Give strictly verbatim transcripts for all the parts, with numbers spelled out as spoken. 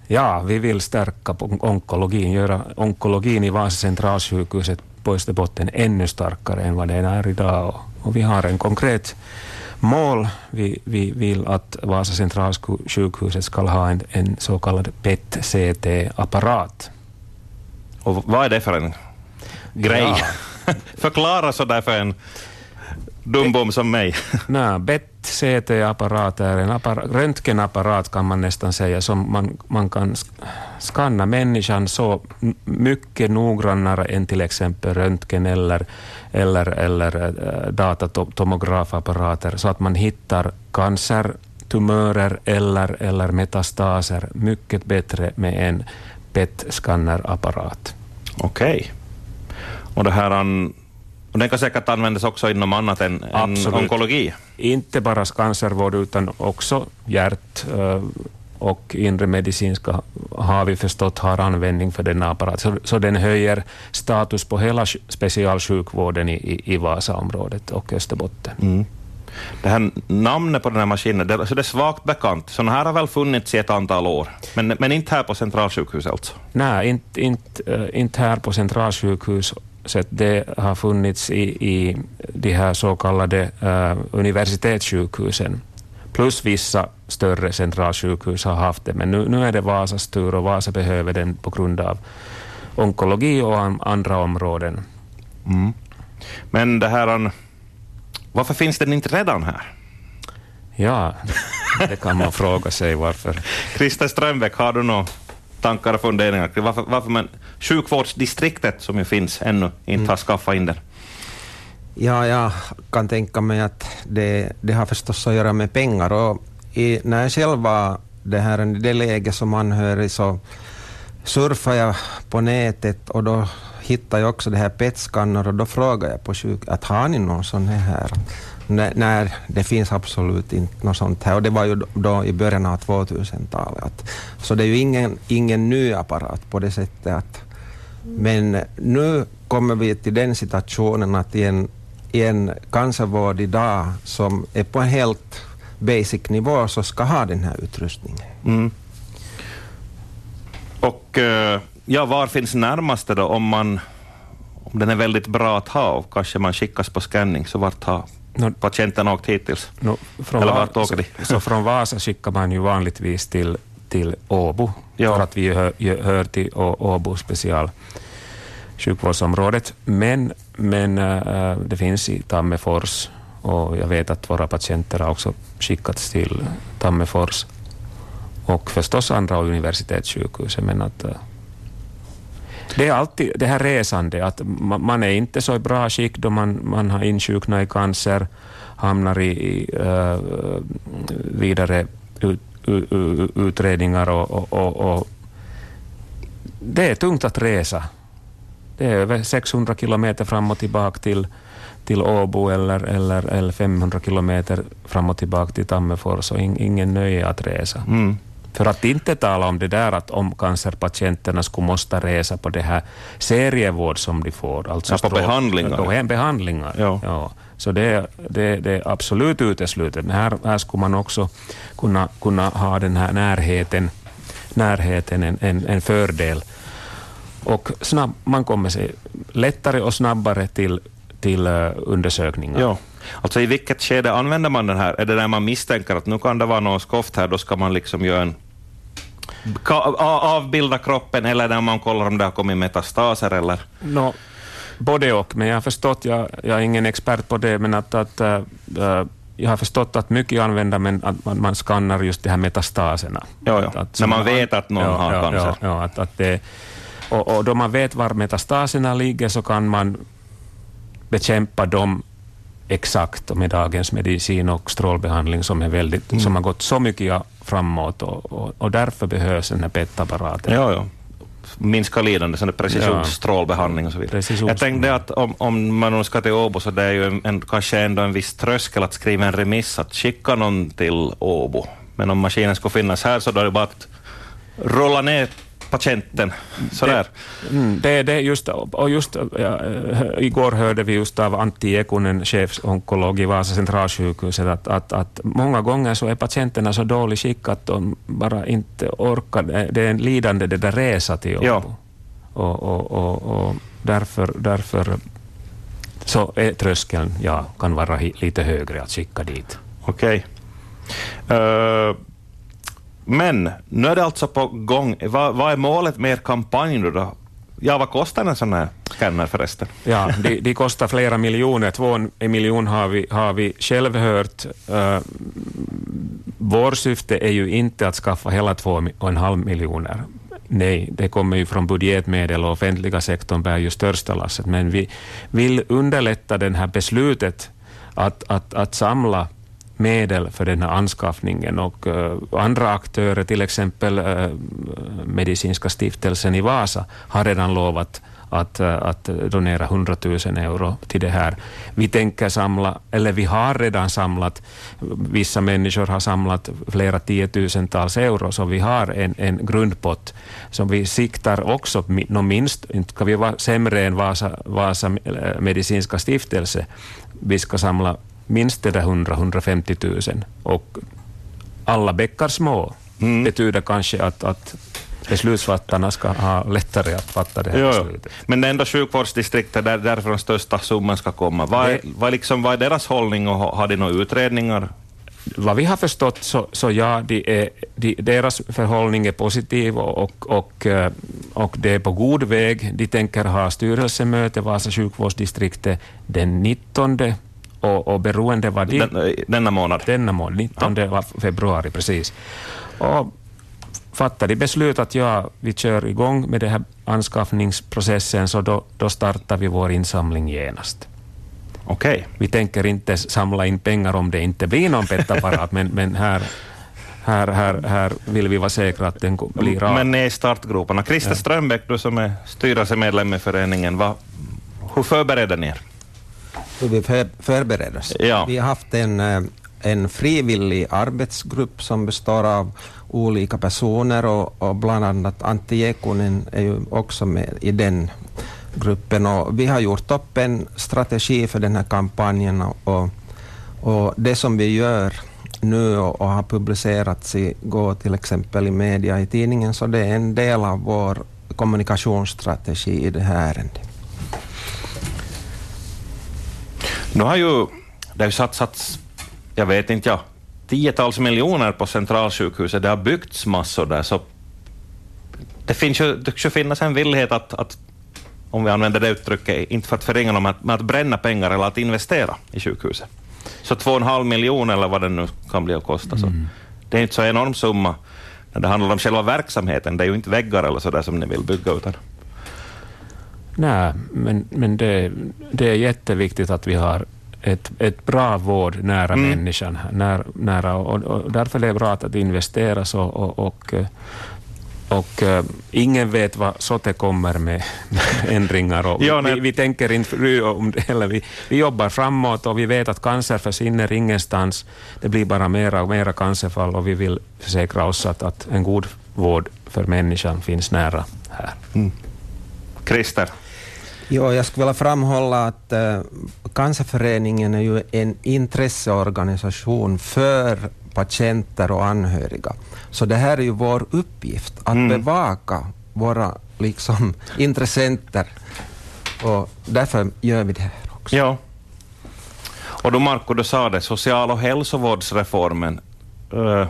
Ja, vi vill stärka onkologin, göra onkologin i Vasa centralsjukhuset på Österbotten ännu starkare än vad den är idag. Och, och vi har en konkret mål. Vi, vi vill att Vasa centralsjukhuset ska ha en, en så kallad P E T-C T-apparat. Och vad är det för en grej? Ja. Förklara så där för en dumbom som mig. Nej, P E T-C T-apparat är en apparat, röntgenapparat kan man nästan säga, som man, man kan skanna människan så mycket noggrannare än till exempel röntgen eller, eller, eller äh, datatomografapparater, så att man hittar cancer, tumörer eller, eller metastaser mycket bättre med en P E T-skannerapparat. Okej. Okay. Och det här an, och den kan säkert användas också inom annat än, än onkologi? Inte bara cancervård utan också hjärt och inre medicinska har vi förstått har användning för den apparat. Så, så den höjer status på hela specialsjukvården i, i, i Vasaområdet och Österbotten. Mm. Det här namnet på den här maskinen, det, så det är svagt bekant. Sådana här har väl funnits i ett antal år. Men, men inte här på centralsjukhus alltså? Nej, inte, inte, uh, inte här på centralsjukhus. Så det har funnits i, i de här så kallade uh, universitetssjukhusen. Plus vissa större centralsjukhus har haft det. Men nu, nu är det Vasas tur och Vasa behöver den på grund av onkologi och an, andra områden. Mm. Men det här... Varför finns den inte redan här? Ja, det kan man fråga sig varför. Christer Strömbäck, har du några tankar och funderingar? Varför, varför man, sjukvårdsdistriktet som ju finns ännu inte mm. har skaffat in den? Ja, jag kan tänka mig att det, det har förstås att göra med pengar. Och i, när jag själv var det här i det läge som anhörig så surfade jag på nätet och då hittade jag också det här P E T-skanner och då frågade jag på sjuk att har ni någon sån här? N- när det finns absolut inte något sånt här. Och det var ju då i början av tvåtusentalet. Så det är ju ingen, ingen ny apparat på det sättet. Att, men nu kommer vi till den situationen att i en, i en cancervård idag som är på en helt basic nivå så ska ha den här utrustningen. Mm. Och... Uh... Ja, var finns närmaste då om man om den är väldigt bra att ha och kanske man skickas på scanning, så vart har no, patienten åkt hittills? No, Eller vart åker de? Så, så från Vasa skickar man ju vanligtvis till, till Åbo, ja. För att vi hör, hör till Åbo special sjukvårdsområdet. Men, men äh, det finns i Tammerfors och jag vet att våra patienter har också skickats till Tammerfors och förstås andra universitetssjukhus. Men att det är alltid det här resande, att man är inte så i bra skick då man, man har insjuknat i cancer, hamnar i uh, vidare ut, ut, ut, utredningar och, och, och, och det är tungt att resa. Det är över sexhundra kilometer fram och tillbaka till, till Åbo eller, eller, eller femhundra kilometer fram och tillbaka till Tammerfors, och in, ingen nöje att resa. Mm. För att inte tala om det där att om cancerpatienterna skulle måste resa på det här serievård som de får. Alltså ja, på strål, behandlingar. På behandlingar, ja. Ja. Så det, det, det är absolut uteslutet. Men här, här skulle man också kunna, kunna ha den här närheten, närheten en, en, en fördel. Och snabb, man kommer sig lättare och snabbare till, till uh, undersökningar. Ja. Alltså i vilket skede använder man den här? Är det där man misstänker att nu kan det vara någon skoft här, då ska man liksom göra en avbilda kroppen, eller när man kollar om det har kommit metastaser eller? No, både och, men jag har förstått, jag, jag är ingen expert på det, men att, att uh, jag har förstått att mycket använder men att man, man skannar just de här metastaserna. Ja, ja. Att, att, när man vet att någon ja, har ja, cancer. Ja, ja, att, att det, och, och då man vet var metastaserna ligger så kan man bekämpa dem exakt med dagens medicin och strålbehandling som är väldigt, mm. som har gått så mycket framåt, och, och, och därför behövs den här P E T-apparaten. Ja, ja. Minska lidande, sån precisionsstrålbehandling och så vidare. Precisions- Jag tänkte att om, om man ska till Åbo, så det är ju en, en, kanske ändå en viss tröskel att skriva en remiss att skicka någon till Åbo. Men om maskinen ska finnas här så då är det bara att rulla ner patienten. Sådär. Det, det, det just, och just ja, igår hörde vi just av Antti Ekunen, chefsonkolog i Vasa centralsjukhuset, att, att, att många gånger så är patienterna så dåligt skick att de bara inte orkar. Det är en lidande det där resa till jobb. Ja. Och, och, och, och därför, därför så är tröskeln ja, kan vara hi, lite högre att skicka dit. Okej. Okay. Uh, men nu är det alltså på gång. Vad, vad är målet med er kampanj nu då? Ja, vad kostar en sån här scanner förresten? Ja, de, de kostar flera miljoner. Två miljoner har vi, har vi själv hört. Uh, vår syfte är ju inte att skaffa hela två och en halv miljoner. Nej, det kommer ju från budgetmedel och offentliga sektorn bär ju största lasset. Men vi vill underlätta det här beslutet att, att, att samla medel för den här anskaffningen och uh, andra aktörer, till exempel uh, Medicinska stiftelsen i Vasa, har redan lovat att, uh, att donera hundratusen euro till det här. Vi tänker samla, eller vi har redan samlat, vissa människor har samlat flera tiotusentals euro, så vi har en, en grundpott som vi siktar också, no minst, inte ska vi vara sämre än Vasa, Vasa Medicinska stiftelse, vi ska samla minst det där hundra till hundrafemtio tusen, och alla bäckar små mm. betyder kanske att, att beslutsfattarna ska ha lättare att fatta det här jo, beslutet. Men det enda sjukvårdsdistriktet där, därför den största summan ska komma. Vad är, vad liksom, vad är deras hållning och har de några utredningar? Vad vi har förstått så, så ja, de är, de, deras förhållning är positiv och, och, och det är på god väg. De tänker ha styrelsemöte Vasa sjukvårdsdistriktet den nittonde och, och beroende vad de... Den, denna månad? Denna månad, nittonde ja. Februari, precis. Och fattar de beslut att ja, vi kör igång med den här anskaffningsprocessen, så då, då startar vi vår insamling genast. Okej. Okay. Vi tänker inte samla in pengar om det inte blir någon petapparat, men, men här, här, här, här vill vi vara säkra att den blir av. Men ni är i startgroparna. Christer ja. Strömbäck, du som är styrelsemedlem i föreningen, vad, hur förbereder ni er? Hur vi för, förbereder oss? Ja. Vi har haft en, en frivillig arbetsgrupp som består av olika personer, och, och bland annat Antti Ekunen är ju också med i den gruppen, och vi har gjort upp en strategi för den här kampanjen, och, och det som vi gör nu och, och har publicerats i, går till exempel i media i tidningen, så det är en del av vår kommunikationsstrategi i det här ärendet. Nu har ju det har satsats, jag vet inte jag, tiotals miljoner på centralsjukhuset. Det har byggts massor där, så det finns ju, det ska finnas en villighet att, att, om vi använder det uttrycket, inte för att förringa dem, att, att bränna pengar eller att investera i sjukhuset. Så två och en halv miljon eller vad det nu kan bli att kosta. Så. Mm. Det är inte så enorm summa när det handlar om själva verksamheten. Det är ju inte väggar eller så där som ni vill bygga utan. Nej, men, men det, det är jätteviktigt att vi har ett, ett bra vård nära mm. människan. När, nära, och, och därför är det bra att investera så, och, och, och uh, ingen vet vad sote kommer med ändringar. Och ja, vi, vi tänker inte om det, eller vi, vi jobbar framåt, och vi vet att cancer försvinner ingenstans. Det blir bara mera och mera cancerfall, och vi vill försäkra oss att, att en god vård för människan finns nära här. Mm. Christer? Jo, jag skulle vilja framhålla att äh, Cancerföreningen är ju en intresseorganisation för patienter och anhöriga. Så det här är ju vår uppgift, att mm. bevaka våra liksom, intressenter. Och därför gör vi det här också. Ja. Och då Marco, du sa det, social- och hälsovårdsreformen. Uh,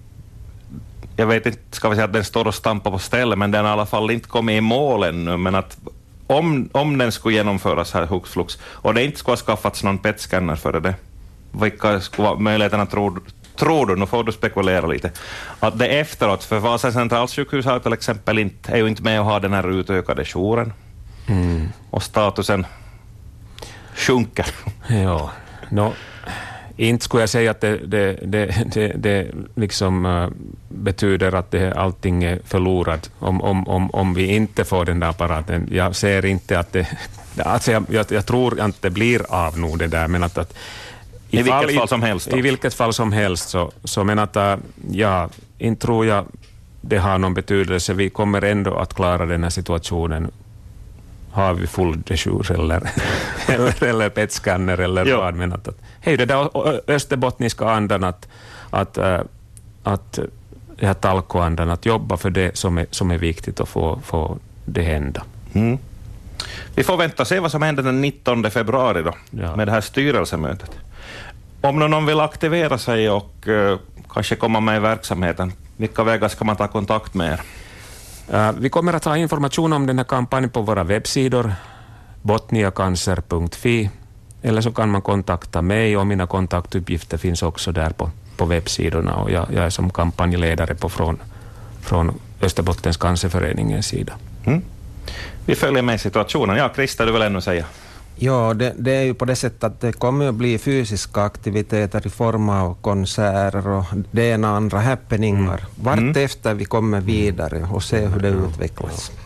jag vet inte, ska vi säga att den står och stampar på stället, men den har i alla fall inte kommit i mål ännu. Men att om, om den skulle genomföras här hux flux, och det inte skulle ha skaffats någon P E T-scanner före det, vilka skulle vara möjligheterna tror, tror du, nu får du spekulera lite, att det efteråt, för Vasa centralsjukhus har till exempel inte, är ju inte med att ha den här utökade jouren. Mm. Och statusen sjunker. Ja, no, inte skulle jag säga att det, det, det, det, det liksom uh, betyder att det, allting är förlorat om, om, om, om vi inte får den där apparaten. Jag ser inte att det, alltså jag, jag, jag tror att det blir av nog det där, men att, att i, I vilket fall, fall som helst då. I vilket fall som helst så, så men att ja, inte tror jag det har någon betydelse. Vi kommer ändå att klara den här situationen. Har vi full dejour eller, eller, eller petskanner eller Jo. vad. Men att, att, hej, det där österbottniska andan att, att, äh, att det här talkoandan, att jobba för det som är, som är viktigt och få, få det hända. Mm. Vi får vänta och se vad som händer den nittonde februari då, Ja. med det här styrelsemötet. Om någon vill aktivera sig och uh, kanske komma med i verksamheten, vilka vägar ska man ta kontakt med er? Uh, vi kommer att ha information om den här kampanjen på våra webbsidor, botniacancer punkt fi, eller så kan man kontakta mig och mina kontaktuppgifter finns också där på, på webbsidorna och jag, jag är som kampanjledare på från, från Österbottens cancerföreningens sida. Mm. Vi följer med situationen. Ja, Krista, du vill ännu säga? Ja, det, det är ju på det sättet att det kommer att bli fysiska aktiviteter i form av konserter och det ena andra happeningar. Mm. Vart efter vi kommer vidare och se hur det utvecklas.